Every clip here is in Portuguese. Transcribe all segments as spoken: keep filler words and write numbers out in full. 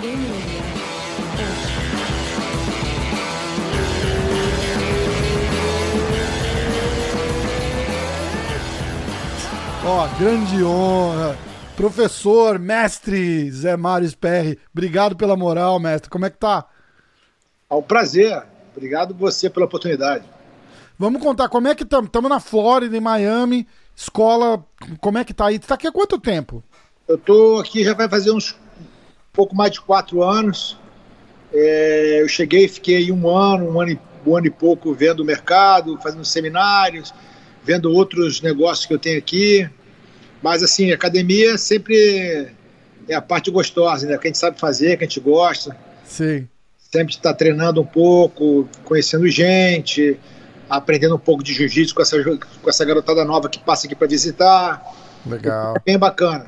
Ó, grande honra. Professor, mestre Zé Mário Sperry, obrigado pela moral, mestre. Como é que tá? É um prazer. Obrigado você pela oportunidade. Vamos contar, como é que estamos? Estamos na Flórida, em Miami, escola, como é que tá aí? Você tá aqui há quanto tempo? Eu tô aqui, já vai fazer uns um pouco mais de quatro anos. É, eu cheguei, fiquei um ano, um ano, e, um ano e pouco vendo o mercado, fazendo seminários, vendo outros negócios que eu tenho aqui. Mas assim, academia sempre é a parte gostosa, né? Que a gente sabe fazer, que a gente gosta. Sim. Sempre está treinando um pouco, conhecendo gente, aprendendo um pouco de jiu-jitsu com essa, com essa garotada nova que passa aqui para visitar. Legal. É bem bacana.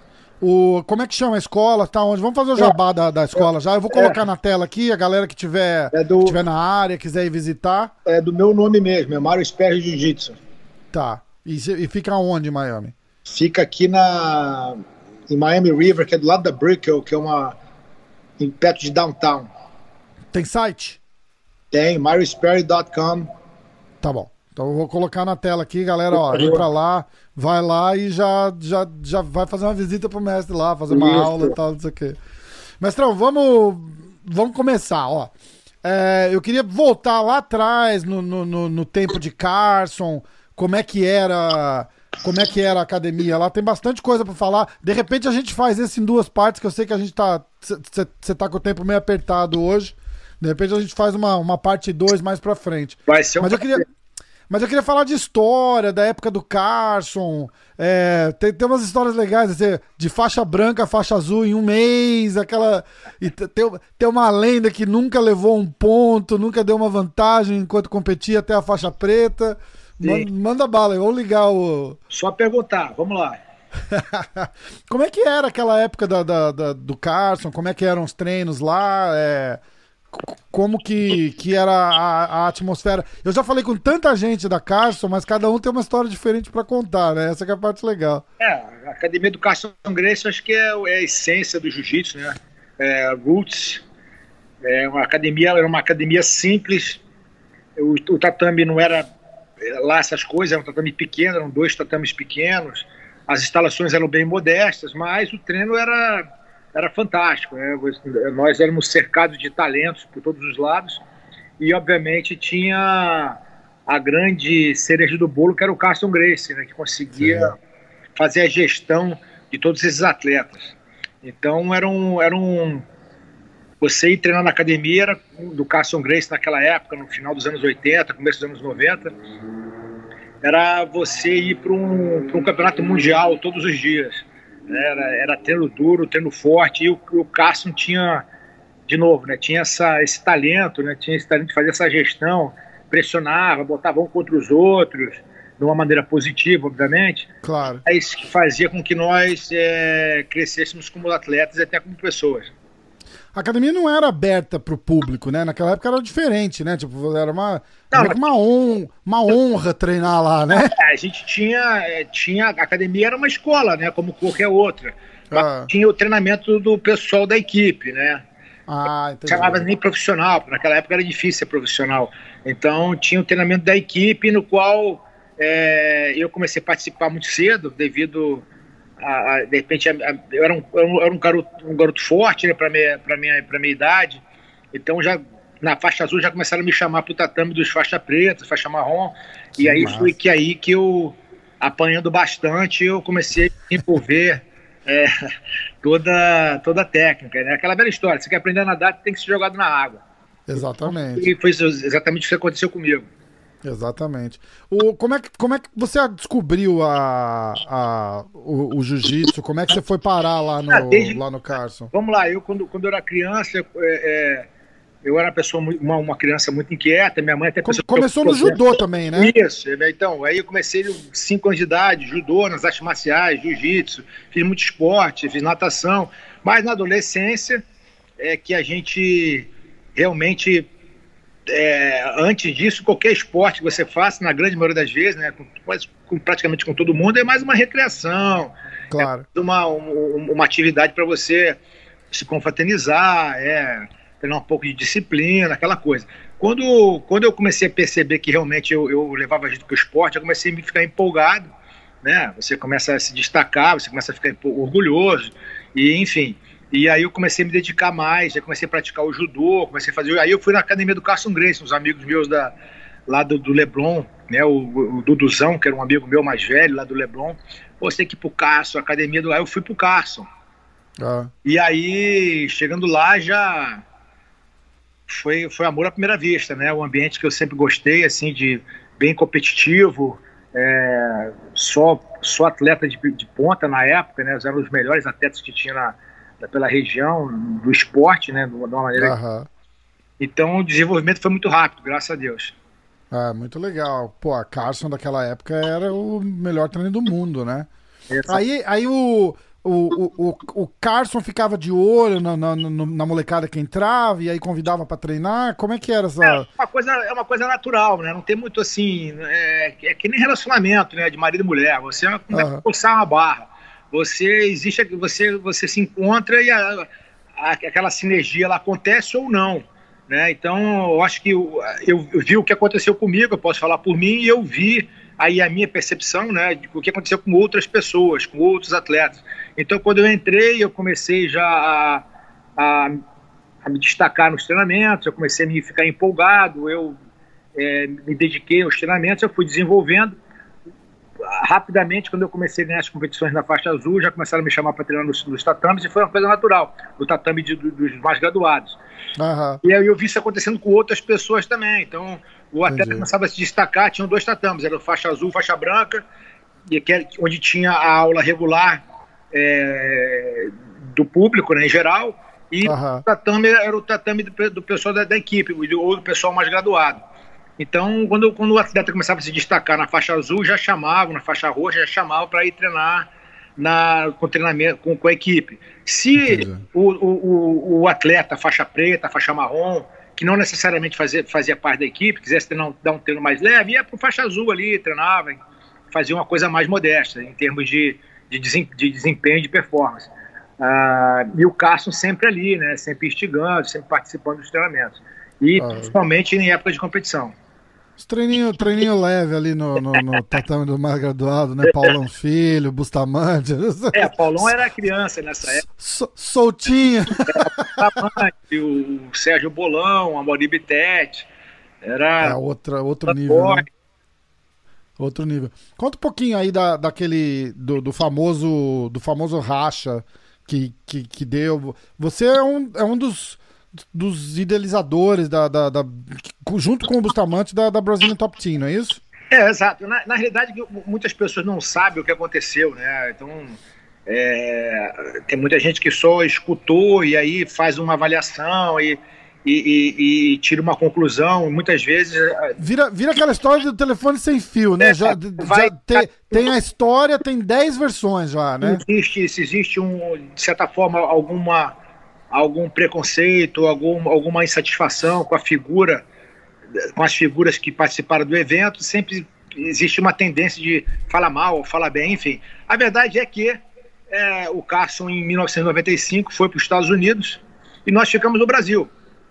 O, como é que chama a escola? Tá onde? Vamos fazer o jabá é, da, da escola é, já. Eu vou colocar é, na tela aqui, a galera que tiver, é do, que tiver na área, quiser ir visitar. É do meu nome mesmo, é Mário Sperry Jiu-Jitsu. Tá. E, e fica onde em Miami? Fica aqui na, em Miami River, que é do lado da Brickell, que é uma, em perto de downtown. Tem site? Tem, mario sperry ponto com. Tá bom. Então eu vou colocar na tela aqui, galera, ó, vem pra lá, vai lá e já, já, já vai fazer uma visita pro mestre lá, fazer uma Isso. aula e tal, não sei o quê. Mestrão, vamos, vamos começar, ó. É, eu queria voltar lá atrás, no, no, no, no tempo de Carson, como é que era... Como é que era a academia lá? Tem bastante coisa pra falar. De repente a gente faz isso em duas partes, que eu sei que a gente tá... Você tá com o tempo meio apertado hoje. De repente a gente faz uma, uma parte dois mais pra frente. Vai ser um mas, eu queria, mas eu queria falar de história, da época do Carson. É, tem, tem umas histórias legais, assim, de faixa branca, faixa azul em um mês. Aquela, e tem, tem uma lenda que nunca levou um ponto, nunca deu uma vantagem enquanto competia até a faixa preta. Manda, manda bala, vamos ligar o... Só perguntar, vamos lá. Como é que era aquela época da, da, da, do Carson? Como é que eram os treinos lá? É, como que, que era a, a atmosfera? Eu já falei com tanta gente da Carson, mas cada um tem uma história diferente para contar, né? Essa que é a parte legal. É, a academia do Carson Gracie, acho que é, é a essência do jiu-jitsu, né? É, roots, é uma academia, era uma academia simples, o, o tatame não era... lá essas coisas, era um tatame pequeno, eram dois tatames pequenos, as instalações eram bem modestas, mas o treino era, era fantástico, né? Nós éramos cercados de talentos por todos os lados e obviamente tinha a grande cereja do bolo, que era o Carson Gracie, né? Que conseguia Sim. fazer a gestão de todos esses atletas. Então era um, era um você ir treinar na academia era do Carson Gracie naquela época, no final dos anos oitenta, começo dos anos noventa, era você ir para um, para um campeonato mundial todos os dias. Era, era treino duro, treino forte, e o, o Carson tinha, de novo, né, tinha essa, esse talento, né, tinha esse talento de fazer essa gestão, pressionava, botava um contra os outros, de uma maneira positiva, obviamente. Claro. É isso que fazia com que nós é, crescêssemos como atletas e até como pessoas. A academia não era aberta pro público, né? Naquela época era diferente, né? Tipo, era uma, não, mas... uma, hon uma honra treinar lá, né? É, a gente tinha, tinha... A academia era uma escola, né? Como qualquer outra. Ah. Tinha o treinamento do pessoal da equipe, né? Ah, entendi. Chamava nem profissional, porque naquela época era difícil ser profissional. Então tinha o treinamento da equipe, no qual é, eu comecei a participar muito cedo, devido... A, a, de repente a, a, eu era, um, eu era um, garoto, um garoto forte, né, para minha, para minha, para minha idade, então já na faixa azul já começaram a me chamar para o tatame dos faixa preta, faixa marrom, que e aí massa. Foi que aí que eu, apanhando bastante, eu comecei a envolver é, toda, toda a técnica, né? Aquela velha história, você quer aprender a nadar, tem que ser jogado na água. Exatamente. E foi exatamente o que aconteceu comigo. Exatamente. O, como, é que, como é que você descobriu a, a, o, o jiu-jitsu? Como é que você foi parar lá no, ah, desde, lá no Carson? Vamos lá, eu quando, quando eu era criança, é, é, eu era uma, pessoa, uma, uma criança muito inquieta, minha mãe até... Com, começou no judô também, né? Isso, então, aí eu comecei cinco anos de idade, judô, nas artes marciais, jiu-jitsu, fiz muito esporte, fiz natação, mas na adolescência é que a gente realmente... É, antes disso, qualquer esporte que você faça, na grande maioria das vezes, né, com, com, praticamente com todo mundo, é mais uma recreação, claro. É uma, uma, uma atividade para você se confraternizar, é, treinar um pouco de disciplina, aquela coisa. Quando, quando eu comecei a perceber que realmente eu, eu levava jeito para o esporte, eu comecei a me ficar empolgado, né? Você começa a se destacar, você começa a ficar orgulhoso, e enfim. E aí eu comecei a me dedicar mais, já comecei a praticar o judô, comecei a fazer... Aí eu fui na academia do Carson Gracie, uns amigos meus da, lá do, do Leblon, né? O, o Duduzão, que era um amigo meu mais velho lá do Leblon. Pô, você tem que ir pro Carson, academia do... Aí eu fui pro Carson. Ah. E aí, chegando lá, já... Foi, foi amor à primeira vista, né? Um ambiente que eu sempre gostei, assim, de bem competitivo, é, só, só atleta de, de ponta na época, né? Eram os melhores atletas que tinha na, na, pela região, do esporte, né? De uma maneira... Uhum. Então, o desenvolvimento foi muito rápido, graças a Deus. Ah, muito legal. Pô, a Carson daquela época era o melhor treino do mundo, né? Essa... Aí, aí o... O, o, o Carson ficava de olho na, na, na molecada que entrava e aí convidava para treinar? Como é que era essa... É uma coisa, é uma coisa natural, né? Não tem muito assim... É, é que nem relacionamento, né? De marido e mulher. Você não vai uhum. forçar uma barra. Você existe... Você, você se encontra e a, a, aquela sinergia ela acontece ou não, né? Então, eu acho que eu, eu, eu vi o que aconteceu comigo, eu posso falar por mim, e eu vi aí a minha percepção, né? De o que aconteceu com outras pessoas, com outros atletas. Então, quando eu entrei, eu comecei já a, a, a me destacar nos treinamentos, eu comecei a me ficar empolgado, eu é, me dediquei aos treinamentos, eu fui desenvolvendo. Rapidamente, quando eu comecei a ganhar as competições na faixa azul, já começaram a me chamar para treinar nos, nos tatames, e foi uma coisa natural, do tatame de, do, dos mais graduados. Uhum. E aí eu vi isso acontecendo com outras pessoas também. Então, o atleta Entendi. Começava a se destacar, tinham dois tatames, era faixa azul, faixa branca, e que, onde tinha a aula regular, É, do público, né, em geral, e uhum. o tatame era o tatame do, do pessoal da, da equipe, ou do pessoal mais graduado. Então, quando, quando o atleta começava a se destacar na faixa azul, já chamavam, na faixa roxa, já chamavam para ir treinar na, com treinamento com, com a equipe. Se o, o, o atleta faixa preta, faixa marrom, que não necessariamente fazia, fazia parte da equipe, quisesse treinar, dar um treino mais leve, ia para o faixa azul ali, treinava, fazia uma coisa mais modesta, em termos de de desempenho e de performance. Ah, e o Carson sempre ali, né, sempre instigando, sempre participando dos treinamentos. E ah, principalmente em época de competição. Os treininho, treininho leve ali no, no, no tatame do mais graduado, né? Paulão Filho, Bustamante. É, Paulão era criança nessa época. So, soltinho. Bustamante, o Sérgio Bolão, a Mori Bittetti. Era é, outra, outro nível, né? Outro nível. Conta um pouquinho aí da, daquele do, do famoso do famoso racha que, que, que deu. Você é um, é um dos, dos idealizadores da, da, da junto com o Bustamante da, da Brazilian Top Team, não é isso? É, exato. Na, na realidade, muitas pessoas não sabem o que aconteceu, né? Então, é, tem muita gente que só escutou e aí faz uma avaliação e E, e, e tira uma conclusão, muitas vezes... Vira, vira aquela história do telefone sem fio, né? É, já, vai, já tem, tem a história, tem dez versões já, né? Existe, se existe, um, de certa forma, alguma, algum preconceito, algum, alguma insatisfação com a figura, com as figuras que participaram do evento, sempre existe uma tendência de falar mal ou falar bem, enfim. A verdade é que é, o Carson, em mil novecentos e noventa e cinco, foi para os Estados Unidos e nós ficamos no Brasil.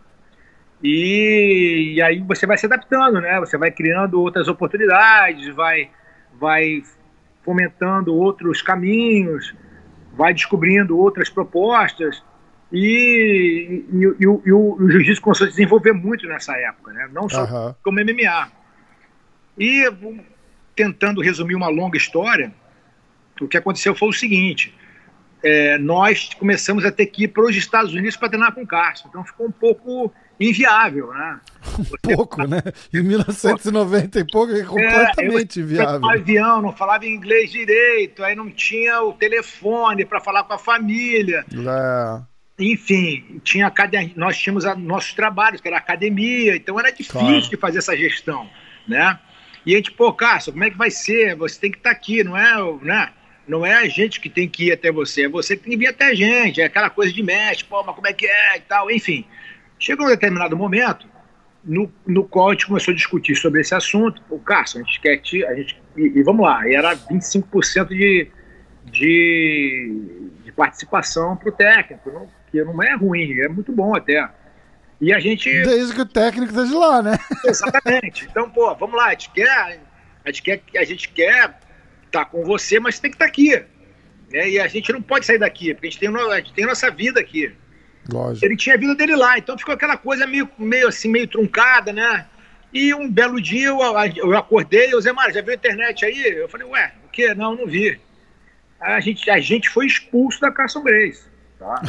E, e aí você vai se adaptando, né? Você vai criando outras oportunidades, vai, vai fomentando outros caminhos, vai descobrindo outras propostas. E, e, e, e o, e o, o jiu-jitsu começou a se desenvolver muito nessa época, né? Não só uhum. como M M A. E tentando resumir uma longa história, o que aconteceu foi o seguinte: é, nós começamos a ter que ir para os Estados Unidos para treinar com o Carson. Então ficou um pouco inviável, né? Um pouco, né? Em mil novecentos e noventa e pouco é completamente é, inviável. No avião, não falava inglês direito, aí não tinha o telefone para falar com a família. É. Enfim, tinha acad... nós tínhamos a... nossos trabalhos, que era academia, então era difícil claro. de fazer essa gestão, né? E a gente, pô, Cássio, como é que vai ser? Você tem que estar aqui, não é, né? Não é a gente que tem que ir até você, é você que tem que vir até a gente, é aquela coisa de mestre, pô, mas como é que é e tal, enfim. Chegou um determinado momento no, no qual a gente começou a discutir sobre esse assunto. O Cássio, a gente quer te, a gente, e, e vamos lá, e era vinte e cinco por cento de, de, de de participação para o técnico, não, que não é ruim, é muito bom até. E a gente... Desde que o técnico esteja lá, né? Exatamente. Então, pô, vamos lá, a gente quer, a gente quer, a gente quer estar com você, mas você tem que estar aqui. Né? E a gente não pode sair daqui, porque a gente tem, a gente tem a nossa vida aqui. Lógico. Ele tinha a vida dele lá, então ficou aquela coisa meio, meio assim, meio truncada, né? E um belo dia eu, eu acordei, eu Zé Mário, já viu a internet aí? Eu falei, ué, o quê? Não, não vi. A gente, a gente foi expulso da Carson Grace, tá?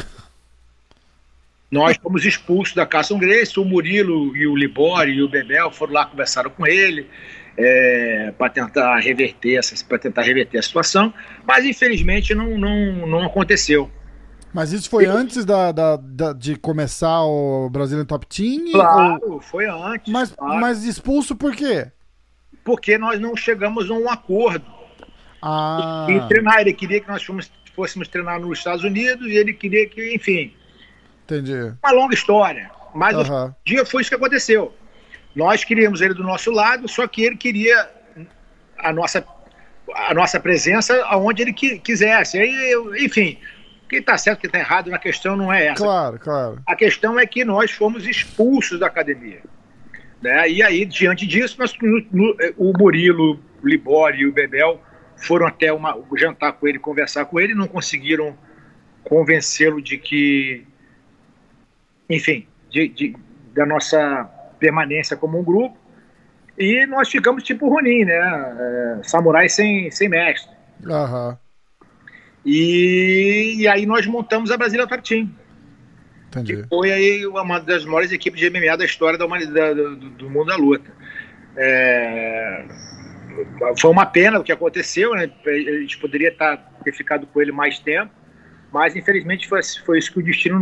Nós fomos expulsos da Carson Grace, o Murilo e o Libório e o Bebel foram lá, conversaram com ele é, para tentar reverter essa, para tentar reverter a situação, mas infelizmente não, não, não aconteceu. Mas isso foi antes da, da, da, de começar o Brazilian Top Team? Claro, ou... foi antes. Mas, claro. mas expulso por quê? Porque nós não chegamos a um acordo. Ah. E, e treinar, ele queria que nós fomos, fôssemos treinar nos Estados Unidos e ele queria que, enfim... Entendi. Uma longa história, mas uhum. o dia foi isso que aconteceu. Nós queríamos ele do nosso lado, só que ele queria a nossa, a nossa presença aonde ele qui, quisesse. Aí, eu, enfim... Quem está certo, quem está errado na questão não é essa. Claro, claro. A questão é que nós fomos expulsos da academia. Né? E aí, diante disso, nós, no, no, o Murilo, o Libório e o Bebel foram até uma, jantar com ele, conversar com ele, não conseguiram convencê-lo de que, enfim, de, de, da nossa permanência como um grupo. E nós ficamos tipo Ronin, né? É, samurai sem, sem mestre. Aham. Uhum. E, e aí nós montamos a Brazilian Top Team. Entendi. Que foi aí uma das maiores equipes de M M A da história da humanidade, do, do mundo da luta. É, foi uma pena o que aconteceu, né? A gente poderia estar, ter ficado com ele mais tempo, mas infelizmente foi, foi isso que o destino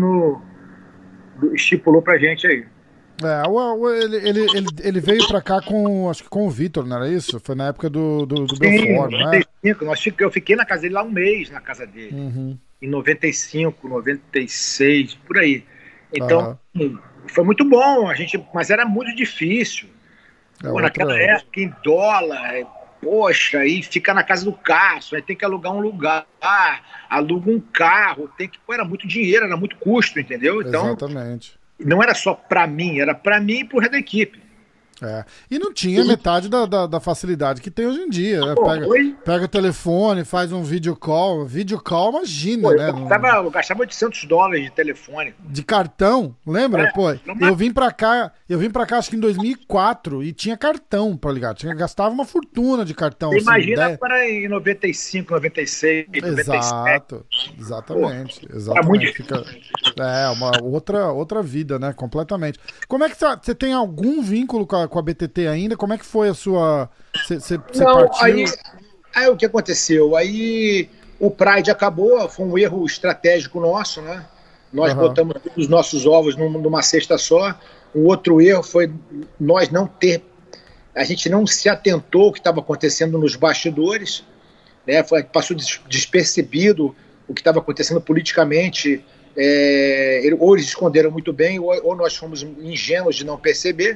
no, estipulou pra gente aí. É, o, o, ele, ele, ele, ele veio pra cá com, acho que com o Vitor, não era isso? Foi na época do, do, do Belfort, não é? Nós fiquei, eu fiquei na casa dele lá um mês, na casa dele. Uhum. Em noventa e cinco, noventa e seis, por aí. Então, uhum. foi muito bom, a gente, mas era muito difícil. É Pô, naquela outra... época, em dólar, poxa, aí fica na casa do Cássio, aí tem que alugar um lugar, aluga um carro, tem que, pô, era muito dinheiro, era muito custo, entendeu? Então, exatamente. Não era só pra mim, era pra mim e pro resto da equipe. É. E não tinha metade da, da, da facilidade que tem hoje em dia. Né? Pega, pega o telefone, faz um video call. Video call, imagina, Pô, né? Eu gastava, eu gastava oitocentos dólares de telefone. De cartão, lembra? É, Pô, eu vim pra cá, eu vim pra cá acho que em dois mil e quatro e tinha cartão pra ligar. Tinha, gastava uma fortuna de cartão. Você assim, imagina dez... para em noventa e cinco, noventa e seis, noventa e sete. Exato, exatamente. Pô, exatamente. Muito... Fica... É, uma outra, outra vida, né? Completamente. Como é que você, você tem algum vínculo com a, com a B T T ainda? Como é que foi a sua... Você, você, você Não, partiu... aí, aí o que aconteceu? Aí o Pride acabou, foi um erro estratégico nosso, né? Nós uhum. botamos os nossos ovos numa cesta só. Um outro erro foi nós não ter... A gente não se atentou ao que estava acontecendo nos bastidores, né? Foi, passou despercebido o que estava acontecendo politicamente. É, ou eles esconderam muito bem, ou, ou nós fomos ingênuos de não perceber.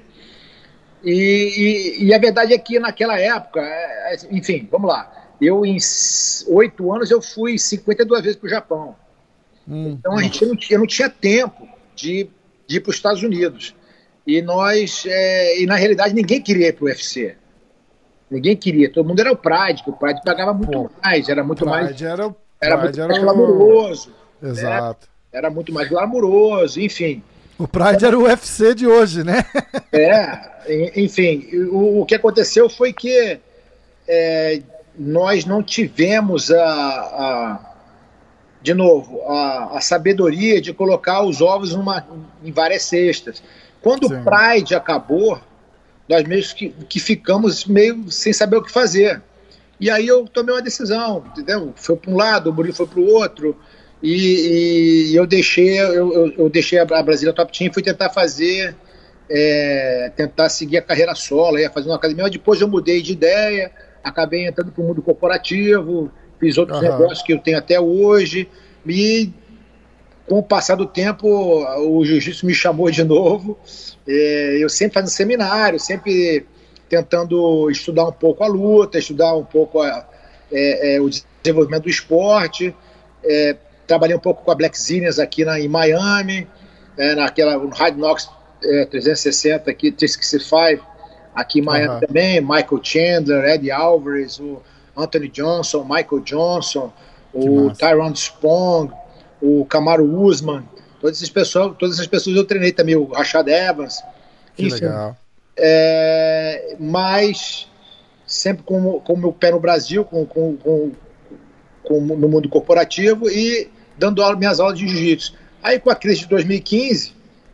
E, e, e a verdade é que naquela época, enfim, vamos lá, eu em oito anos eu fui cinquenta e duas vezes para o Japão. Hum, então a gente não, eu não tinha tempo de, de ir para os Estados Unidos. E nós, é, e na realidade ninguém queria ir para o U F C. Ninguém queria, todo mundo era o Pride, que o Pride pagava muito Pô, mais, era muito Pride mais. Era, o, era Pride muito era mais o... glamouroso. Exato. Né? Era muito mais glamouroso, enfim. O Pride era o U F C de hoje, né? É, enfim, o, o que aconteceu foi que é, nós não tivemos a, a de novo, a, a sabedoria de colocar os ovos numa, em várias cestas. Quando Sim. o Pride acabou, nós mesmos que, que ficamos meio sem saber o que fazer. E aí eu tomei uma decisão, entendeu? Foi para um lado, o Murilo foi para o outro. E, e eu deixei eu, eu, eu deixei a Brazilian Top Team e fui tentar fazer é, tentar seguir a carreira solo, ia fazer uma academia, mas depois eu mudei de ideia, acabei entrando para o mundo corporativo, fiz outros uhum. negócios que eu tenho até hoje, e com o passar do tempo o jiu-jitsu me chamou de novo, é, eu sempre fazendo seminário, sempre tentando estudar um pouco a luta, estudar um pouco a, é, é, o desenvolvimento do esporte, é, trabalhei um pouco com a Black Zillions aqui na, em Miami, é, naquela, no Hard Knocks é, trezentos e sessenta aqui, trezentos e sessenta e cinco, aqui em Miami uhum. também, Michael Chandler, Eddie Alvarez, o Anthony Johnson, Michael Johnson, que o massa. Tyrone Spong, o Kamaru Usman, todas essas pessoas, todas essas pessoas eu treinei também, o Rashad Evans, que enfim, legal. É, mas sempre com, com o meu pé no Brasil, com, com, com, com, no mundo corporativo e dando aula, minhas aulas de jiu-jitsu. Aí com a crise de dois mil e quinze,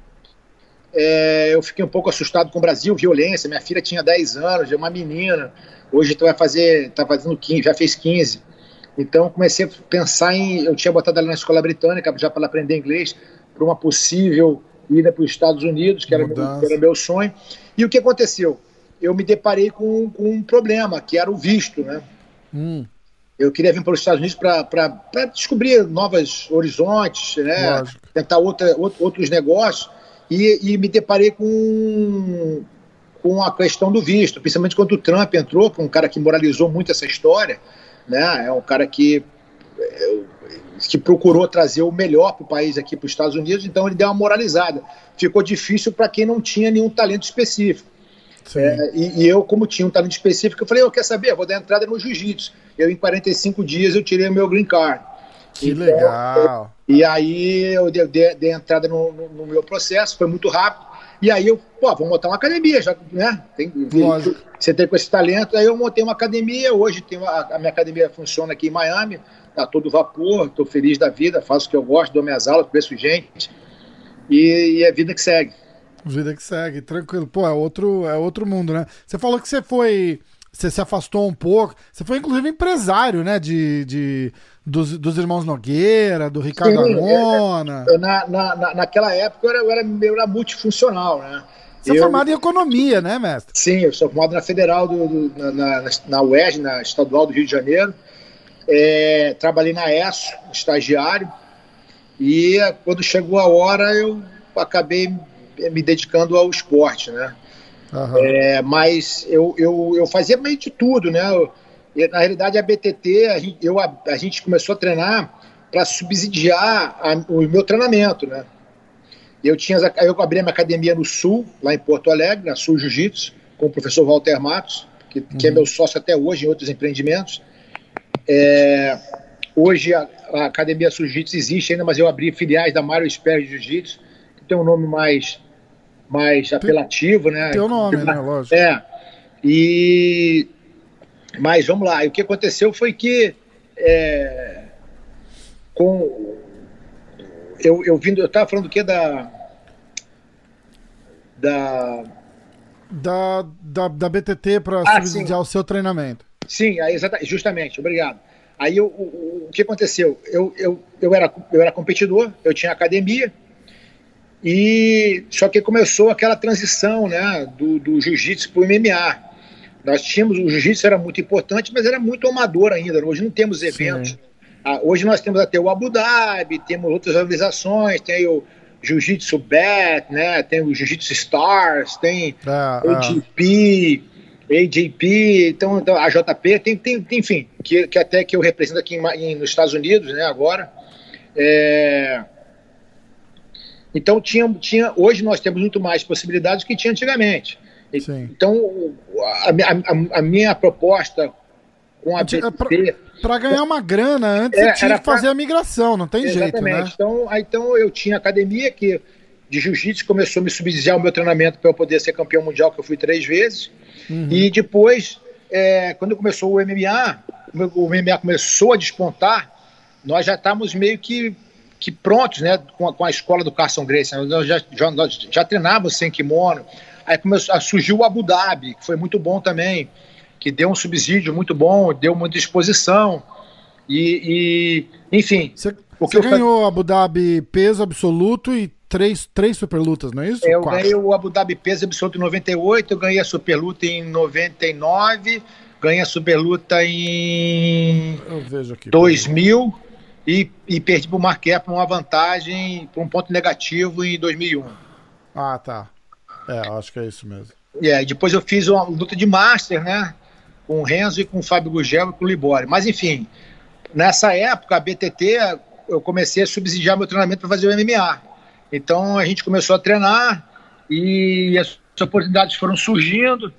é, eu fiquei um pouco assustado com o Brasil, violência, minha filha tinha dez anos, é uma menina, hoje tu vai fazer, tá fazendo quinze, já fez quinze. Então comecei a pensar em, eu tinha botado ela na escola britânica já para ela aprender inglês, para uma possível ida para os Estados Unidos, que era meu, que era meu sonho. E o que aconteceu? Eu me deparei com, com um problema, que era o visto, né? Hum. Eu queria vir para os Estados Unidos para descobrir novos horizontes, né? Lógico. Tentar outra, outros negócios, e, e me deparei com, com a questão do visto, principalmente quando o Trump entrou, que é um cara que moralizou muito essa história, né? É um cara que, que procurou trazer o melhor para o país aqui, para os Estados Unidos, então ele deu uma moralizada. Ficou difícil para quem não tinha nenhum talento específico. É, e, e eu, como tinha um talento específico, eu falei, eu quero saber, eu vou dar entrada no jiu-jitsu. Eu, em quarenta e cinco dias, eu tirei o meu green card. Que então, legal! Eu, e aí eu dei, dei, dei entrada no, no, no meu processo, foi muito rápido. E aí eu, pô, vamos montar uma academia, já, né? Tem, você tem com esse talento. Aí eu montei uma academia, hoje tem uma, a minha academia funciona aqui em Miami, tá todo vapor, tô feliz da vida, faço o que eu gosto, dou minhas aulas, conheço gente, e, e é vida que segue. Vida que segue, tranquilo. Pô, é outro, é outro mundo, né? Você falou que você foi, você se afastou um pouco, você foi inclusive empresário, né, de, de, dos, dos irmãos Nogueira, do Ricardo Armona. É, é, na, na, naquela época eu era, eu era, eu era multifuncional, né? Você é eu, formado em economia, né, mestre? Sim, eu sou formado na Federal, do, do, na, na, na U E R J, na Estadual do Rio de Janeiro. É, trabalhei na E S O, estagiário, e quando chegou a hora eu acabei me dedicando ao esporte, né? Uhum. É, mas eu, eu, eu fazia meio de tudo, né? Eu, na realidade, a B T T, a gente, eu, a, a gente começou a treinar para subsidiar a, o meu treinamento, né? Eu, tinha, eu abri a minha academia no Sul, lá em Porto Alegre, na Sul Jiu-Jitsu, com o professor Walter Matos, que, uhum. que é meu sócio até hoje em outros empreendimentos. É, hoje a, a Academia Sul Jiu-Jitsu existe ainda, mas eu abri filiais da Mário Sperry Jiu-Jitsu, que tem um nome mais, mais apelativo, né? Tem o nome, né? Lógico. É. E... Mas vamos lá, e o que aconteceu foi que é, com eu, eu vindo, eu estava falando do que da da da, da, da B T T para ah, subsidiar sim. o seu treinamento. Sim, aí, exatamente, justamente, obrigado. Aí eu, o, o que aconteceu? Eu, eu, eu, era, eu era competidor, eu tinha academia, e só que começou aquela transição, né, do, do jiu-jitsu para o M M A. Nós tínhamos, o jiu-jitsu era muito importante, mas era muito amador ainda. Hoje não temos eventos. Ah, hoje nós temos até o Abu Dhabi, temos outras organizações, tem o Jiu-Jitsu Bet, né? Tem o Jiu-Jitsu Stars, tem ah, A J P, ah. A J P, então, então a J P, tem, tem, tem enfim, que, que até que eu represento aqui em, em, nos Estados Unidos, né? Agora. É... Então tinha, tinha, hoje nós temos muito mais possibilidades do que tinha antigamente. Sim. Então, a, a, a minha proposta com a B T T... Para ganhar uma grana, antes é, você tinha que fazer pra... a migração, não tem Exatamente. jeito, né? Então, aí, então, eu tinha academia que, de jiu-jitsu, começou a me subsidiar o meu treinamento para eu poder ser campeão mundial, que eu fui três vezes. Uhum. E depois, é, quando começou o M M A, o M M A começou a despontar, nós já estávamos meio que, que prontos, né? Com a, com a escola do Carson Gracie. Nós já, já, nós já treinávamos sem kimono. Aí começou, surgiu o Abu Dhabi, que foi muito bom também, que deu um subsídio muito bom, deu muita exposição, e, e enfim... Você ganhou o Abu Dhabi peso absoluto e três, três superlutas, não é isso? Eu Quatro. ganhei o Abu Dhabi peso absoluto em noventa e oito, eu ganhei a superluta em noventa e nove, ganhei a superluta em eu vejo aqui, dois mil e, e perdi para o Marquette por uma vantagem, por um ponto negativo em dois mil e um. Ah, tá. É, acho que é isso mesmo. E yeah, depois eu fiz uma luta de Master, né? Com o Renzo e com o Fábio Gugel e com o Libório. Mas enfim, nessa época a B T T, eu comecei a subsidiar meu treinamento para fazer o M M A. Então a gente começou a treinar e as oportunidades foram surgindo.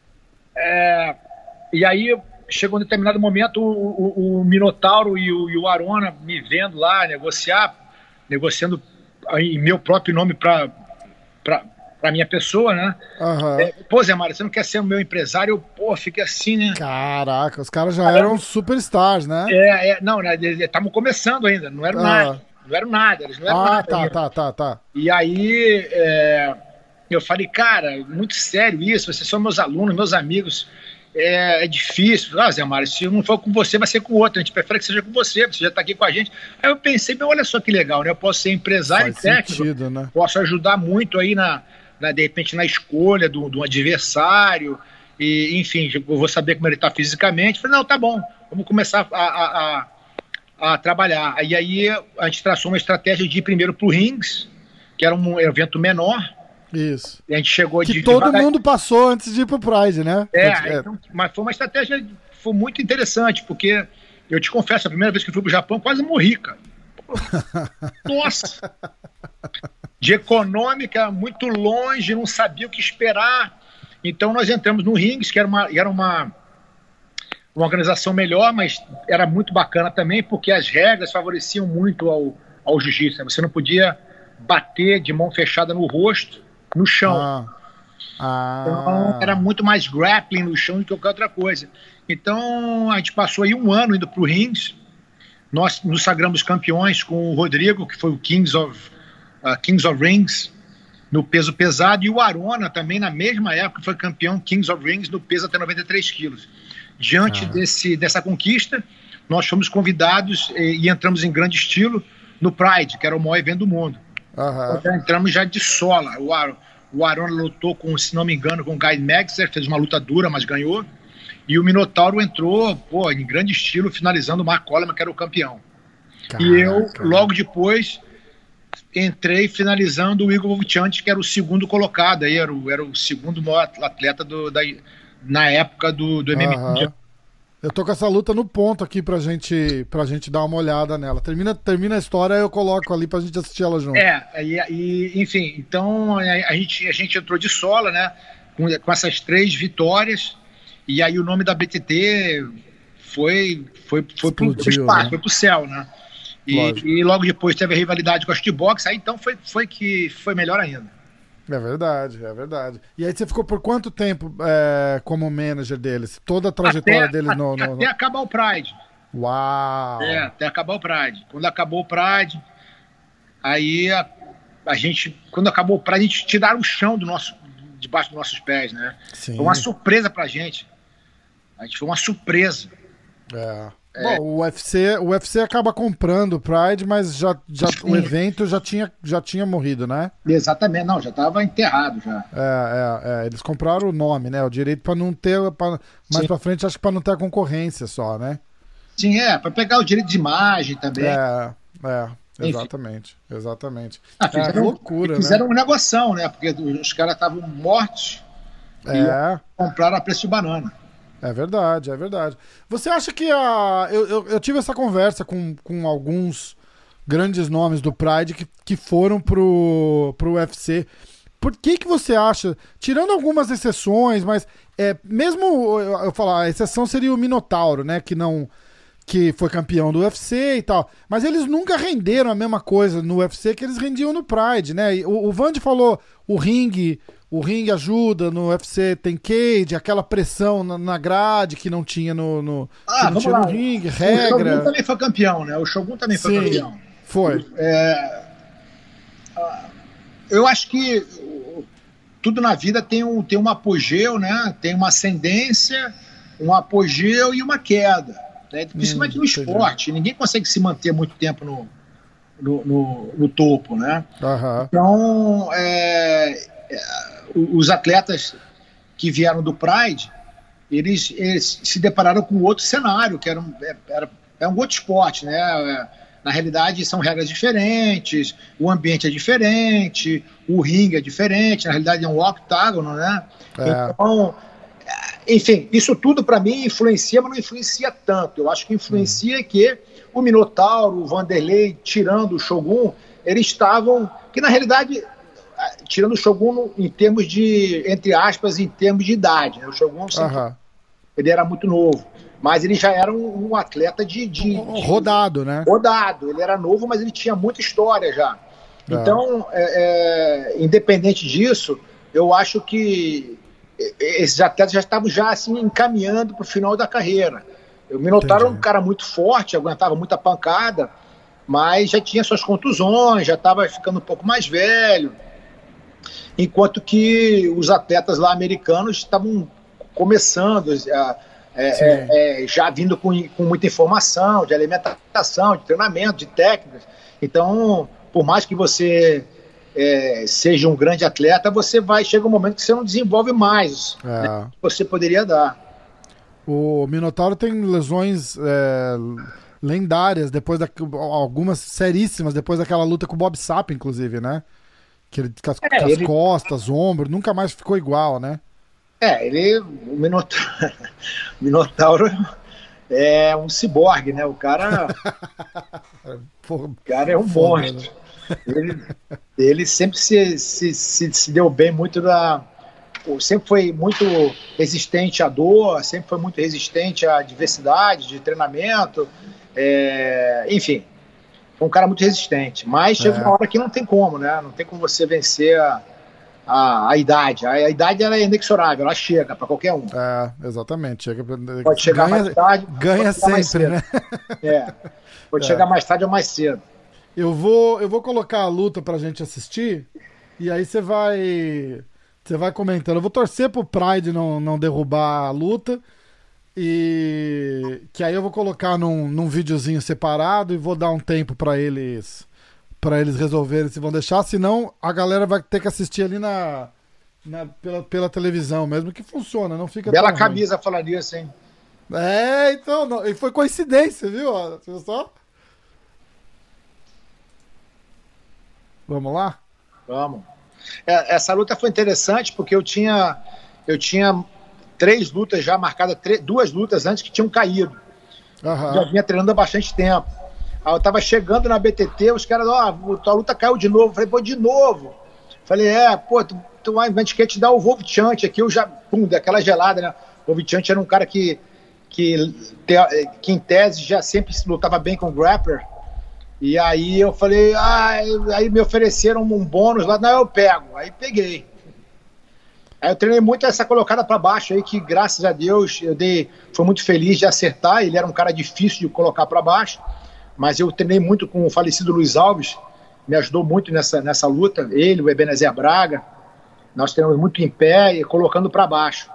É, e aí chegou um determinado momento o, o, o Minotauro e o, e o Arona me vendo lá negociar, negociando em meu próprio nome para para minha pessoa, né? Uhum. É, pô, Zé Mário, você não quer ser o meu empresário? Eu, pô, fiquei assim, né? Caraca, os caras já Caramba. eram superstars, né? É, é não, né, estavam começando ainda, não eram uhum. nada. Não eram nada, eles não eram ah, nada. tá, ainda. tá, tá, tá. E aí, é, eu falei, cara, muito sério isso, vocês são meus alunos, meus amigos, é, é difícil. Ah, Zé Mário, se não for com você, vai ser com outro, a gente prefere que seja com você, você já tá aqui com a gente. Aí eu pensei, meu, olha só que legal, né? Eu posso ser empresário Faz e técnico, sentido, né? Posso ajudar muito aí, na, na, de repente, na escolha do, do adversário, e, enfim, eu vou saber como ele tá fisicamente. Eu falei, não, tá bom, vamos começar a... a, a a trabalhar. E aí a gente traçou uma estratégia de ir primeiro pro Rings, que era um evento menor. Isso. E a gente chegou que de... todo devagar... mundo passou antes de ir pro Pride, né? É, é. Então, mas foi uma estratégia foi muito interessante, porque eu te confesso, a primeira vez que eu fui pro Japão, quase morri, cara. Nossa! De econômica, muito longe, não sabia o que esperar. Então nós entramos no Rings, que era uma... Era uma uma organização melhor, mas era muito bacana também, porque as regras favoreciam muito ao, ao jiu-jitsu. Você não podia bater de mão fechada no rosto, no chão. Ah. Ah. Então, era muito mais grappling no chão do que qualquer outra coisa. Então, a gente passou aí um ano indo para o Rings. Nós nos sagramos campeões com o Rodrigo, que foi o Kings of, uh, Kings of Rings, no peso pesado, e o Arona também, na mesma época, foi campeão Kings of Rings no peso até noventa e três quilos. Diante ah. desse, dessa conquista, nós fomos convidados e, e entramos em grande estilo no Pride, que era o maior evento do mundo. Uhum. Então, entramos já de sola. O, Ar, o Arona lutou, com, se não me engano, com o Guy Maxer, fez uma luta dura, mas ganhou. E o Minotauro entrou, pô, em grande estilo, finalizando o Mark Coleman, que era o campeão. Caraca. E eu, logo depois, entrei finalizando o Igor Vovchanti, que era o segundo colocado. Aí era o, era o segundo maior atleta do, da... na época do, do M M A. Uhum. Eu tô com essa luta no ponto aqui pra gente, pra gente dar uma olhada nela. Termina, termina a história, eu coloco ali pra gente assistir ela junto. É, e, e, enfim, então a, a, gente, a gente entrou de sola, né, com, com essas três vitórias, e aí o nome da B T T foi, foi, foi, pro, pro espaço, né? Foi pro céu, né? E, e logo depois teve a rivalidade com a Shootbox, aí então foi, foi que foi melhor ainda. É verdade, é verdade. E aí você ficou por quanto tempo é, como manager deles? Toda a trajetória até, deles no, no... Até acabar o Pride. Uau! É, até acabar o Pride. Quando acabou o Pride, aí a, a gente, quando acabou o Pride, a gente tiraram o chão do nosso, debaixo dos nossos pés, né? Sim. Foi uma surpresa pra gente. A gente foi uma surpresa. É. É. Bom, o U F C, o U F C acaba comprando o Pride, mas já, já, o evento já tinha, já tinha morrido, né? Exatamente, não, já estava enterrado já. É, é, é, eles compraram o nome, né? O direito para não ter, pra, mais para frente, acho que para não ter a concorrência só, né? Sim, é, para pegar o direito de imagem também. É, é, exatamente, Enfim. exatamente. Ah, fizeram, é loucura, fizeram né? uma negociação, né? Porque os caras estavam mortos é. e compraram a preço de banana. É verdade, é verdade. Você acha que a... Eu, eu, eu tive essa conversa com, com alguns grandes nomes do Pride que, que foram pro, pro U F C. Por que que você acha, tirando algumas exceções, mas é, mesmo eu, eu falar, a exceção seria o Minotauro, né, que não... que foi campeão do U F C e tal, mas eles nunca renderam a mesma coisa no U F C que eles rendiam no Pride, né? O, o Vandy falou, o ringue, o ringue ajuda, no U F C tem cage, aquela pressão na, na grade que não tinha no, no, ah, que não tinha lá. no ringue, regra. O Shogun também foi campeão, né? O Shogun também foi Sim, campeão. Foi. É, eu acho que tudo na vida tem um, tem um apogeu, né? Tem uma ascendência, um apogeu e uma queda. Né? Principalmente hum, no esporte, ninguém consegue se manter muito tempo no, no, no, no topo, né? Uhum. Então, é, é, os atletas que vieram do Pride, eles, eles se depararam com outro cenário, que era um, era, é um outro esporte, né? Na realidade, são regras diferentes, o ambiente é diferente, o ringue é diferente, na realidade é um octágono, né? É. Então, enfim, isso tudo para mim influencia, mas não influencia tanto. Eu acho que influencia que o Minotauro, o Vanderlei, tirando o Shogun, eles estavam, que na realidade, tirando o Shogun em termos de, entre aspas, em termos de idade, né? O Shogun sempre, uhum. ele era muito novo, mas ele já era um, um atleta de, de, de... Rodado, né? Rodado, ele era novo, mas ele tinha muita história já. É. Então, é, é, independente disso, eu acho que esses atletas já estavam já assim encaminhando para o final da carreira. O Minotauro era um cara muito forte, aguentava muita pancada, mas já tinha suas contusões, já estava ficando um pouco mais velho. Enquanto que os atletas lá americanos estavam começando, a, é, é, é, já vindo com, com muita informação de alimentação, de treinamento, de técnicas. Então, por mais que você é, seja um grande atleta, você vai, chega um momento que você não desenvolve mais é. né, que você poderia dar. O Minotauro tem lesões é, lendárias, depois da, algumas seríssimas, depois daquela luta com o Bob Sapp, inclusive, né? Que ele, com as, é, com as ele... costas, ombro, nunca mais ficou igual, né? É, ele, o Minotauro, o Minotauro é um ciborgue, né? O cara, o cara é um Foda, monstro. Né? Ele, ele sempre se, se, se, se deu bem muito da... Sempre foi muito resistente à dor, sempre foi muito resistente à diversidade de treinamento, é, enfim, foi um cara muito resistente, mas chega é. uma hora que não tem como, né? Não tem como você vencer a, a, a idade, a, a idade ela é inexorável, ela chega para qualquer um. É, exatamente. Chega pra, pode chegar ganha, mais tarde, ganha sempre, né? É, pode é. chegar mais tarde ou mais cedo. Eu vou, eu vou colocar a luta pra gente assistir, e aí você vai... Você vai comentando. Eu vou torcer pro Pride não, não derrubar a luta. E que aí eu vou colocar num, num videozinho separado e vou dar um tempo pra eles para eles resolverem se vão deixar. Senão a galera vai ter que assistir ali na, na, pela, pela televisão mesmo, que funciona. Não fica Bela camisa falar disso, hein? É, então. Não, e foi coincidência, viu? Você viu só? Vamos lá? Vamos. Essa luta foi interessante porque eu tinha, eu tinha três lutas já marcadas, três, duas lutas antes que tinham caído. Uhum. Já vinha treinando há bastante tempo. Aí eu tava chegando na B T T, os caras, ó, oh, tua luta caiu de novo. Eu falei, pô, de novo? Falei, é, pô, tu, tu vai, a gente quer te dar o Wolfchant aqui, eu já, pum, daquela gelada, né? O Wolfchant era um cara que, que, que em tese já sempre lutava bem com o grappler. E aí eu falei, ah, aí me ofereceram um bônus lá, não, eu pego. Aí peguei. Aí eu treinei muito essa colocada para baixo aí, que graças a Deus eu dei, fui muito feliz de acertar. Ele era um cara difícil de colocar para baixo, mas eu treinei muito com o falecido Luiz Alves, me ajudou muito nessa, nessa luta. Ele, o Ebenezer Braga, nós treinamos muito em pé e colocando para baixo.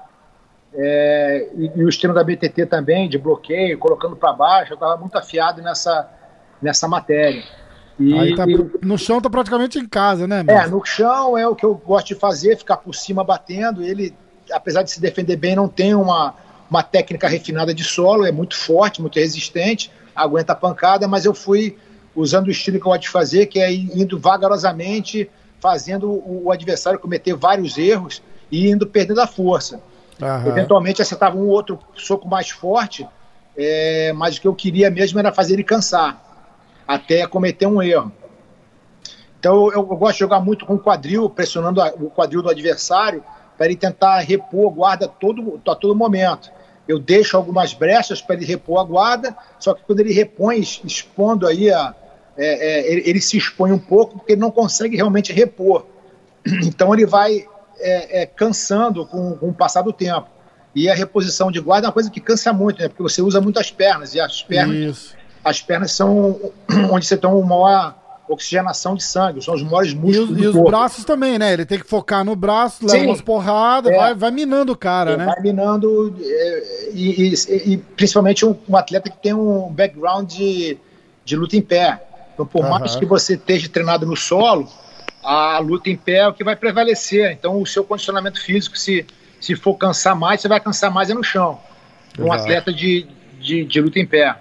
É, e, e os treinos da B T T também, de bloqueio, colocando para baixo, eu estava muito afiado nessa... nessa matéria. E, aí tá, e, no chão tá praticamente em casa, né? Mesmo? É, no chão é o que eu gosto de fazer, ficar por cima batendo. Ele, apesar de se defender bem, não tem uma, uma técnica refinada de solo, é muito forte, muito resistente, aguenta a pancada, mas eu fui usando o estilo que eu gosto de fazer, que é indo vagarosamente, fazendo o, o adversário cometer vários erros e indo perdendo a força. Aham. Eventualmente acertava um outro soco mais forte, é, mas o que eu queria mesmo era fazer ele cansar, até cometer um erro. Então eu, eu gosto de jogar muito com o quadril, pressionando a, o quadril do adversário, para ele tentar repor a guarda todo, a todo momento. Eu deixo algumas brechas para ele repor a guarda, só que quando ele repõe, expondo aí, a, é, é, ele, ele se expõe um pouco, porque ele não consegue realmente repor. Então ele vai é, é, cansando com, com o passar do tempo. E a reposição de guarda é uma coisa que cansa muito, né? Porque você usa muito as pernas, e as pernas... Isso. As pernas são onde você tem uma maior oxigenação de sangue, são os maiores músculos e, do e corpo. E os braços também, né? Ele tem que focar no braço, leva Sim, umas porradas, é, vai, vai minando o cara, é, né? Vai minando, é, e, e, e principalmente um, um atleta que tem um background de, de luta em pé. Então, por uhum. mais que você esteja treinado no solo, a luta em pé é o que vai prevalecer. Então, o seu condicionamento físico, se, se for cansar mais, você vai cansar mais é no chão. Um Exato. atleta de, de, de luta em pé.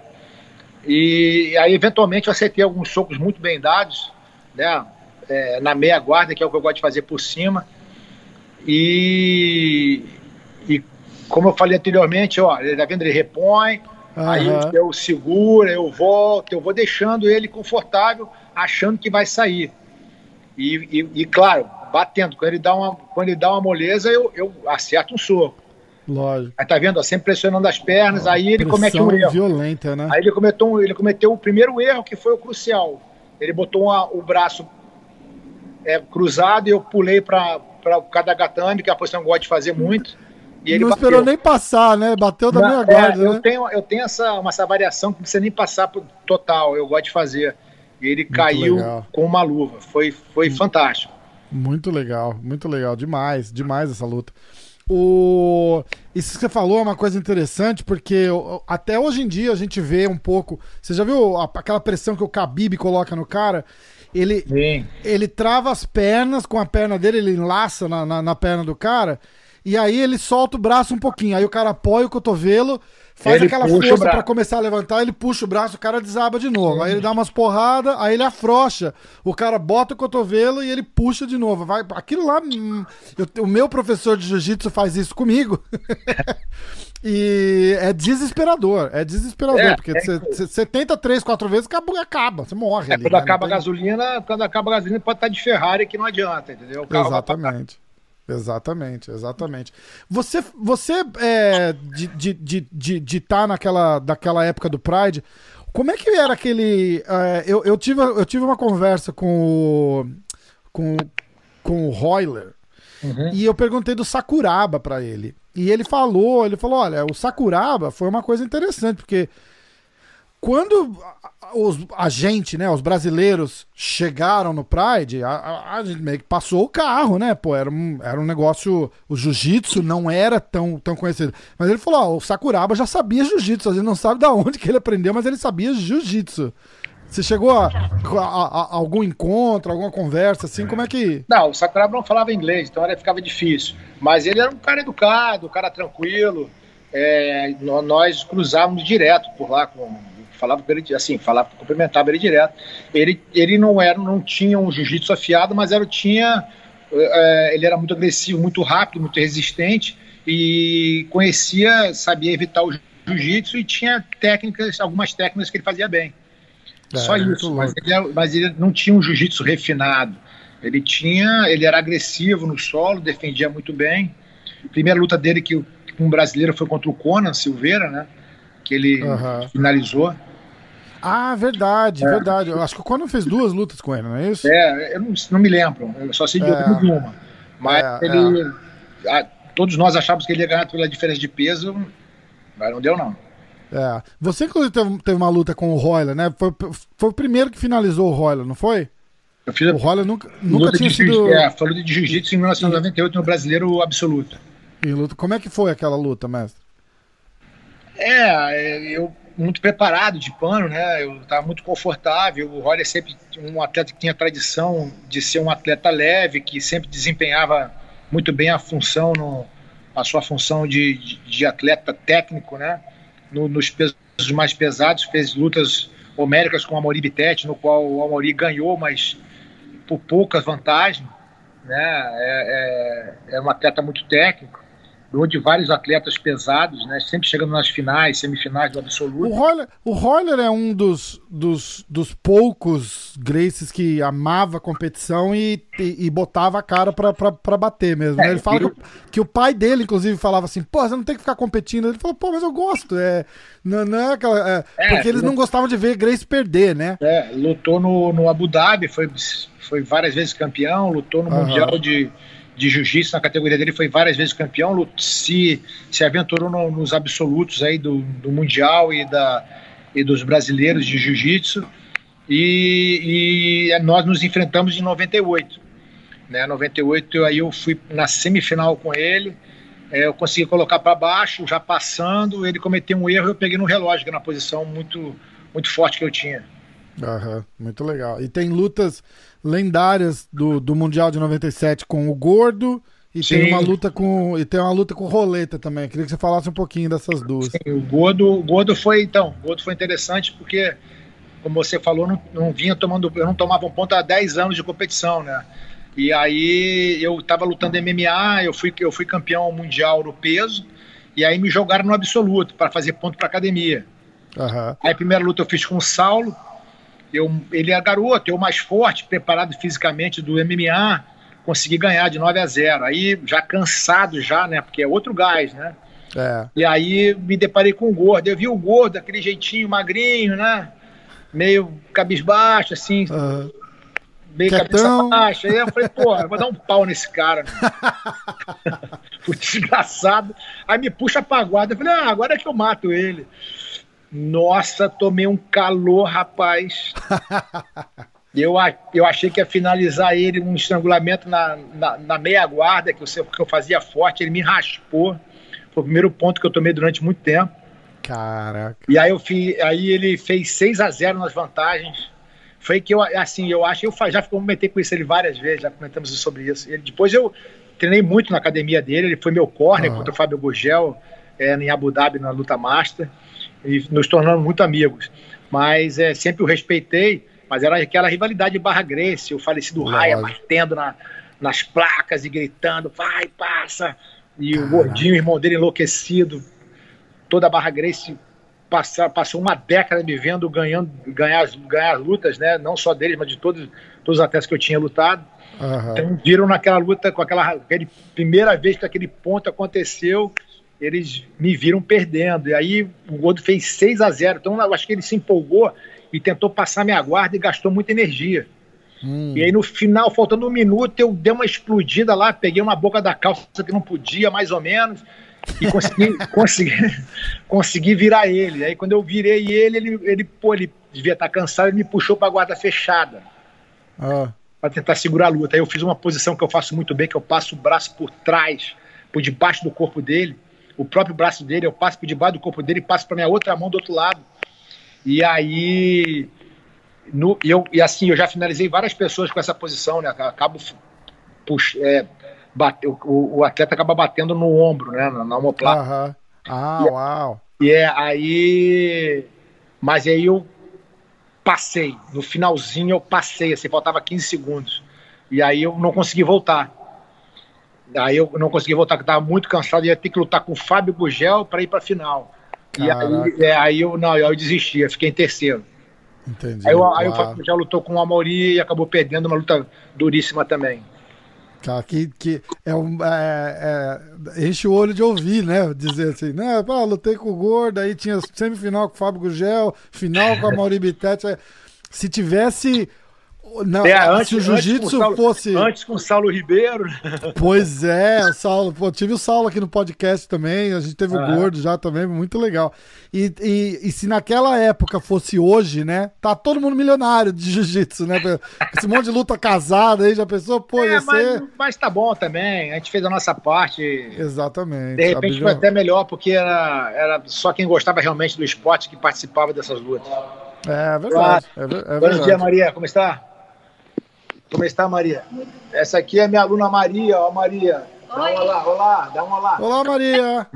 E aí, eventualmente, eu acertei alguns socos muito bem dados, né? É, na meia guarda, que é o que eu gosto de fazer por cima. E, e como eu falei anteriormente, ó, ele tá vendo, ele repõe, uhum. Aí eu seguro, eu volto, eu vou deixando ele confortável, achando que vai sair. E, e, e claro, batendo. Quando ele dá uma, quando ele dá uma moleza, eu, eu acerto um soco. Lógico. Aí tá vendo? Ó, sempre pressionando as pernas, aí ele comete um erro. Violenta, né? Aí ele cometeu, um, ele cometeu o primeiro erro, que foi o crucial. Ele botou uma, o braço é, cruzado e eu pulei para o Katagatame, que é a posição que eu gosto de fazer muito. E ele não bateu. Esperou nem passar, né? Bateu da minha é, guarda, eu né? Tenho, eu tenho essa, uma, essa variação que não precisa nem passar pro total, eu gosto de fazer. E ele muito caiu legal. Com uma luva. Foi, foi muito, fantástico. Muito legal, muito legal. Demais, demais essa luta. O... Isso que você falou é uma coisa interessante, porque até hoje em dia a gente vê um pouco... Você já viu aquela pressão que o Khabib coloca no cara? Ele, ele trava as pernas com a perna dele, ele enlaça na, na, na perna do cara... E aí ele solta o braço um pouquinho, aí o cara apoia o cotovelo, faz ele aquela força pra começar a levantar, ele puxa o braço, o cara desaba de novo. Sim. Aí ele dá umas porradas, aí ele afrouxa, o cara bota o cotovelo e ele puxa de novo. Vai, aquilo lá, eu, o meu professor de jiu-jitsu faz isso comigo. E é desesperador, é desesperador, é, porque você é... tenta três, quatro vezes, acaba, acaba você morre é, ali. Quando né? acaba tem... a gasolina, quando acaba a gasolina pode estar de Ferrari que não adianta, entendeu? O carro exatamente. Exatamente, exatamente. Você, você é, de estar de, de, de tá naquela, daquela época do Pride, como é que era aquele... É, eu, eu, tive, eu tive uma conversa com o, com, com o Royler, uhum. E eu perguntei do Sakuraba pra ele. E ele falou, ele falou, olha, o Sakuraba foi uma coisa interessante, porque quando os, a gente, né, os brasileiros chegaram no Pride, a, a, a gente meio que passou o carro, né, pô, era um, era um negócio, o jiu-jitsu não era tão, tão conhecido, mas ele falou, ó, o Sakuraba já sabia jiu-jitsu, a gente não sabe de onde que ele aprendeu, mas ele sabia jiu-jitsu. Você chegou a, a, a, a algum encontro, alguma conversa, assim, como é que... Não, o Sakuraba não falava inglês, então era, ficava difícil, mas ele era um cara educado, um cara tranquilo, é, nós cruzávamos direto por lá com... Falava com ele, assim, falava, cumprimentava ele direto. Ele, ele não era, não tinha um jiu-jitsu afiado, mas era, tinha, é, ele era muito agressivo, muito rápido, muito resistente e conhecia, sabia evitar o jiu-jitsu e tinha técnicas, algumas técnicas que ele fazia bem. É, Só isso, mas ele, mas ele não tinha um jiu-jitsu refinado. Ele tinha, ele era agressivo no solo, defendia muito bem. A primeira luta dele que um brasileiro foi contra o Conan Silveira, né? Que ele uhum. finalizou. Ah, verdade, é. verdade. Eu acho que o Conan fez duas lutas com ele, não é isso? É, eu não, não me lembro. Eu só sei de é. uma. Mas é, ele... É. A, todos nós achávamos que ele ia ganhar pela diferença de peso, mas não deu, não. É. Você, inclusive, teve, teve uma luta com o Royler, né? Foi, foi o primeiro que finalizou o Royler, não foi? Eu fiz o Royler nunca, nunca tinha sido... É, foi luta de jiu-jitsu em mil novecentos e noventa e oito no Brasileiro Absoluto. E luta. Como é que foi aquela luta, mestre? É, eu muito preparado de pano, né? Eu estava muito confortável. O Royler sempre um atleta que tinha tradição de ser um atleta leve, que sempre desempenhava muito bem a função, no, a sua função de, de, de atleta técnico, né? No, nos pesos mais pesados, fez lutas homéricas com o Amaury Bittet, no qual o Amaury ganhou, mas por poucas vantagens, né? É, é, é um atleta muito técnico. De vários atletas pesados, né? Sempre chegando nas finais, semifinais do absoluto. O Royler, o Royler é um dos, dos, dos poucos Gracies que amava a competição e, e, e botava a cara pra, pra, pra bater mesmo. É, né? Ele fala eu... que, que o pai dele, inclusive, falava assim, pô, você não tem que ficar competindo. Ele falou, pô, mas eu gosto. É, não, não é aquela, é, é, porque eles não gostavam de ver Gracie perder, né? É, lutou no, no Abu Dhabi, foi, foi várias vezes campeão, lutou no uhum. Mundial de... de jiu-jitsu na categoria dele, foi várias vezes campeão, se, se aventurou no, nos absolutos aí do, do Mundial e, da, e dos brasileiros de jiu-jitsu, e, e nós nos enfrentamos em noventa e oito, né, noventa e oito aí eu fui na semifinal com ele, é, eu consegui colocar para baixo, já passando, ele cometeu um erro, eu peguei no relógio, que era uma posição muito, muito forte que eu tinha. Aham, muito legal. E tem lutas lendárias do, do Mundial de noventa e sete com o Gordo e Sim. tem uma luta com e tem uma luta com o Roleta também. Queria que você falasse um pouquinho dessas duas. Sim, o Gordo, o Gordo foi então, o Gordo foi interessante porque, como você falou, não, não vinha tomando, eu não tomava um ponto há dez anos de competição, né? E aí eu estava lutando M M A, eu fui eu fui campeão mundial no peso e aí me jogaram no absoluto para fazer ponto para academia. Uhum. Aí a primeira luta eu fiz com o Saulo, eu, ele é garoto, eu mais forte, preparado fisicamente do M M A, consegui ganhar de nove a zero. Aí já cansado já, né, porque é outro gás, né? É. E aí me deparei com o Gordo, eu vi o Gordo, aquele jeitinho magrinho, né, meio cabisbaixo, assim, uhum. meio Quietão. Cabeça baixa. Aí eu falei, pô, eu vou dar um pau nesse cara. Fui desgraçado. Aí me puxa pra guarda. Eu falei, ah, agora é que eu mato ele. Nossa, tomei um calor, rapaz. eu, eu achei que ia finalizar ele, um estrangulamento na, na, na meia guarda, que eu, que eu fazia forte. Ele me raspou. Foi o primeiro ponto que eu tomei durante muito tempo. Caraca. E aí, eu fiz, aí ele fez seis a zero nas vantagens. Foi que eu, assim, eu acho, eu já comentei com isso ele várias vezes, já comentamos sobre isso. Ele, depois eu treinei muito na academia dele, ele foi meu corner ah. contra o Fábio Gurgel, é, em Abu Dhabi, na luta master, e nos tornamos muito amigos. Mas é, sempre o respeitei, mas era aquela rivalidade barra Gracie, o falecido Nossa. Raia batendo na, nas placas e gritando, vai, passa, e Caraca. O gordinho, o irmão dele enlouquecido, toda a barra Gracie Passar, passou uma década me vendo ganhando, ganhar, ganhar lutas, né? Não só deles, mas de todos, todos os atletas que eu tinha lutado. Uhum. Então viram naquela luta, com aquela, aquela primeira vez que aquele ponto aconteceu, eles me viram perdendo. E aí o Gordo fez seis a zero. Então eu acho que ele se empolgou e tentou passar minha guarda e gastou muita energia. Hum. E aí no final, faltando um minuto, eu dei uma explodida lá, peguei uma boca da calça que não podia, mais ou menos. E consegui, consegui, consegui virar ele. Aí quando eu virei ele, ele, ele, pô, ele devia estar cansado, ele me puxou para a guarda fechada. Ah. Para tentar segurar a luta. Aí eu fiz uma posição que eu faço muito bem, que eu passo o braço por trás, por debaixo do corpo dele, o próprio braço dele, eu passo por debaixo do corpo dele e passo para minha outra mão do outro lado. E aí, no, eu, e assim, eu já finalizei várias pessoas com essa posição, né? Acabo puxa, é, Bate, o, o atleta acaba batendo no ombro, né, na, na omoplata. Uhum. Ah, e, uau. E é aí, mas aí eu passei, no finalzinho eu passei, assim, faltava quinze segundos. E aí eu não consegui voltar. Aí eu não consegui voltar, porque estava muito cansado, ia ter que lutar com o Fábio Gurgel para ir para a final. E aí, é, aí eu não, eu desisti, eu fiquei em terceiro. Entendi. Aí, eu, aí o Fábio Gurgel lutou com o Amaury e acabou perdendo uma luta duríssima também. Cara, que, que é um, é, é, enche o olho de ouvir, né? Dizer assim, né? Pá, lutei com o Gordo, aí tinha semifinal com o Fábio Gurgel, final com a Amaury Bittet. Se tivesse. Não, é, antes, se o jiu-jitsu fosse. Antes com o Saulo Ribeiro. Pois é, o Saulo. Pô, tive o Saulo aqui no podcast também, a gente teve ah. o Gordo já também, muito legal. E, e, e se naquela época fosse hoje, né? Tá todo mundo milionário de jiu-jitsu, né? Esse monte de luta casada aí, já pensou? Pô, é, ia mas, ser. Mas tá bom também, a gente fez a nossa parte. Exatamente. De repente foi até melhor, porque era, era só quem gostava realmente do esporte que participava dessas lutas. É verdade. É, é verdade. Bom dia, Maria, como está? Como está, Maria? Essa aqui é minha aluna Maria, ó, Maria. Dá um olá, olá, dá um olá. Olá, Maria.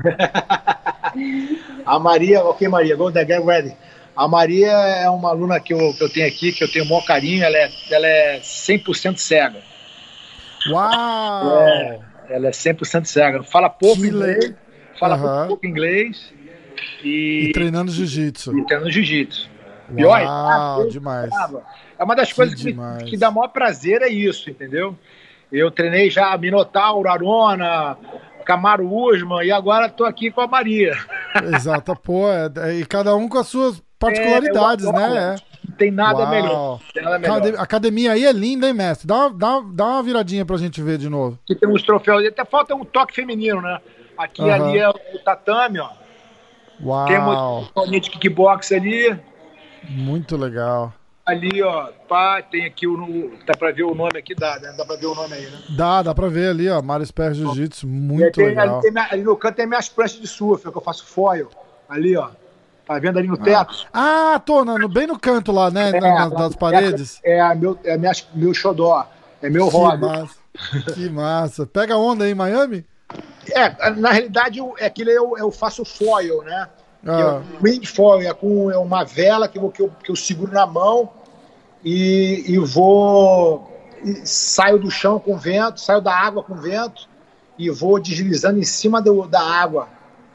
A Maria, ok, Maria, go there, get ready. A Maria é uma aluna que eu, que eu tenho aqui, que eu tenho o maior carinho, ela é, ela é cem por cento cega. Uau! É, ela é cem por cento cega. Fala pouco inglês, fala uhum. pouco inglês. E, e treinando jiu-jitsu. E treinando jiu-jitsu. Uau, e, demais. É uma das que coisas que, que dá maior prazer, é isso, entendeu? Eu treinei já Minotauro, Arona, Camaro Usman e agora estou aqui com a Maria. Exato, pô, é, é, e cada um com as suas particularidades, é, né? Não tem nada Uau. melhor. Tem nada melhor. A academia aí é linda, hein, mestre? Dá, dá, dá uma viradinha pra gente ver de novo. Aqui tem uns troféus, até falta um toque feminino, né? Aqui uhum. ali é o tatame, ó. Uau. Tem uma bolinha de kickbox ali. Muito legal. Ali, ó, pá, tem aqui o. Dá pra ver o nome aqui? Dá, né? Dá pra ver o nome aí, né? Dá, dá pra ver ali, ó. Mário Sperr Jiu-Jitsu, muito tem, legal. Ali, tem minha, ali no canto tem minhas pranchas de surf, que eu faço foil. Ali, ó. Tá vendo ali no teto? Ah, ah tô no, bem no canto lá, né? É, na, nas paredes. É, é, meu, é minha, meu xodó. É meu que hobby. Massa. Que massa. Pega onda aí em Miami? É, na realidade, eu, é aquilo eu, eu faço foil, né? Ah. É wind foil, é com é uma vela que eu, que, eu, que eu seguro na mão e, e vou. E saio do chão com vento, saio da água com vento e vou deslizando em cima do, da água.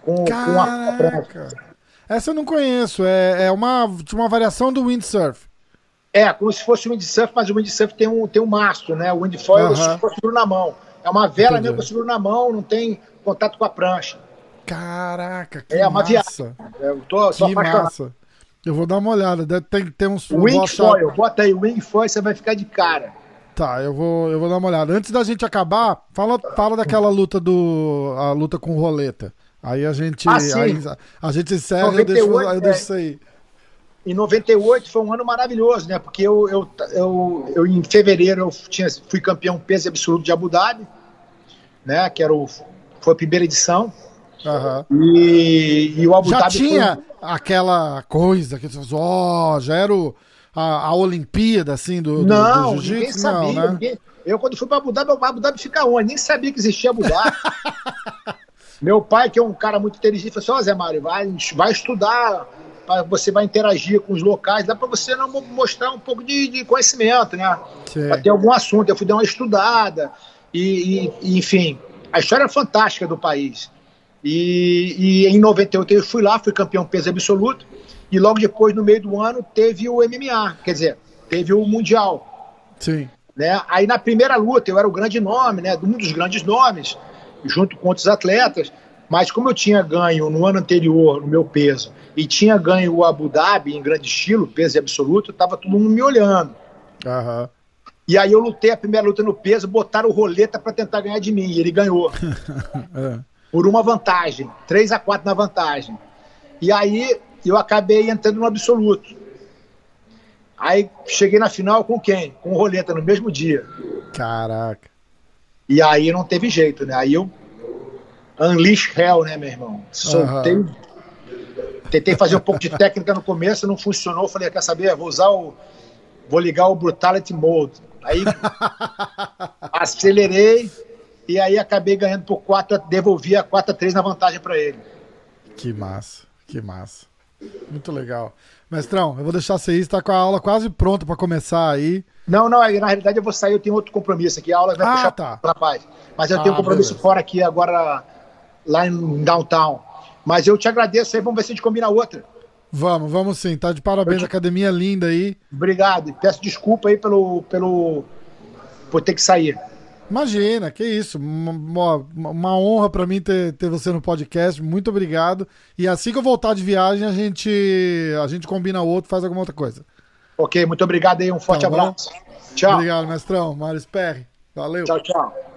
com, com a prancha. Essa eu não conheço, é, é uma, uma variação do windsurf. É, como se fosse o windsurf, mas o windsurf tem um, tem um mastro, né? O windfoil uh-huh. eu seguro na mão. É uma vela mesmo que eu seguro na mão, não tem contato com a prancha. Caraca, que é, massa. Uma viagem. Eu tô, tô que massa. Eu vou dar uma olhada, deve ter, ter uns... Wingfoil, achar... bota aí, wingfoil, você vai ficar de cara. Tá, eu vou, eu vou dar uma olhada. Antes da gente acabar, fala, fala daquela luta do... a luta com roleta. Aí a gente... Ah, aí, a gente encerra e eu deixo, eu deixo isso aí. Em noventa e oito foi um ano maravilhoso, né? Porque eu, eu, eu, eu em fevereiro eu tinha, fui campeão peso absoluto de Abu Dhabi, né? Que era o, foi a primeira edição. Uhum. E, e o Abu já Dhabi tinha foi... aquela coisa que ó, oh, já era o, a, a Olimpíada assim do, do, não, do jiu-jitsu? Ninguém sabia, não, né? ninguém... Eu quando fui para Abu Dhabi, o Abu Dhabi fica onde? Nem sabia que existia Abu Dhabi. Meu pai, que é um cara muito inteligente, falou assim: ó, oh, Zé Mário, vai, vai estudar, você vai interagir com os locais, dá para você não mostrar um pouco de, de conhecimento, né? Para ter algum assunto. Eu fui dar uma estudada e, e enfim, a história é fantástica do país. E, e em noventa e oito eu fui lá, fui campeão peso absoluto, e logo depois, no meio do ano, teve o M M A, quer dizer, teve o Mundial. Sim. Né? Aí na primeira luta eu era o grande nome, né? Um dos grandes nomes, junto com outros atletas, mas como eu tinha ganho no ano anterior, no meu peso, e tinha ganho o Abu Dhabi em grande estilo, peso absoluto, tava todo mundo me olhando. Aham. E aí eu lutei a primeira luta no peso, botaram o roleta para tentar ganhar de mim, e ele ganhou. é. Por uma vantagem, três a quatro na vantagem. E aí eu acabei entrando no absoluto. Aí cheguei na final com quem? Com o roleta no mesmo dia. Caraca. E aí não teve jeito, né? Aí eu unleash hell, né, meu irmão? Soltei. Uhum. Tentei fazer um pouco de técnica no começo, não funcionou. Falei, quer saber? Vou usar o... Vou ligar o Brutality Mode. Aí acelerei. E aí acabei ganhando por quatro, devolvi a quatro a três na vantagem para ele. Que massa, que massa. Muito legal. Mestrão, eu vou deixar você ir, tá com a aula quase pronta para começar aí. Não, não, na realidade eu vou sair, eu tenho outro compromisso aqui, a aula vai ah, puxar tá. pro rapaz. Mas eu ah, tenho um compromisso beleza. fora aqui agora, lá em downtown. Mas eu te agradeço aí, vamos ver se a gente combina outra. Vamos, vamos sim, tá de parabéns, te... academia linda aí. Obrigado, peço desculpa aí pelo, pelo, por ter que sair. Imagina, que isso, uma, uma honra pra mim ter, ter você no podcast, muito obrigado. E assim que eu voltar de viagem, a gente, a gente combina outro, faz alguma outra coisa. Ok, muito obrigado aí, um forte tá abraço. Tchau. Obrigado, mestrão, Mário Sperry, valeu. Tchau, tchau.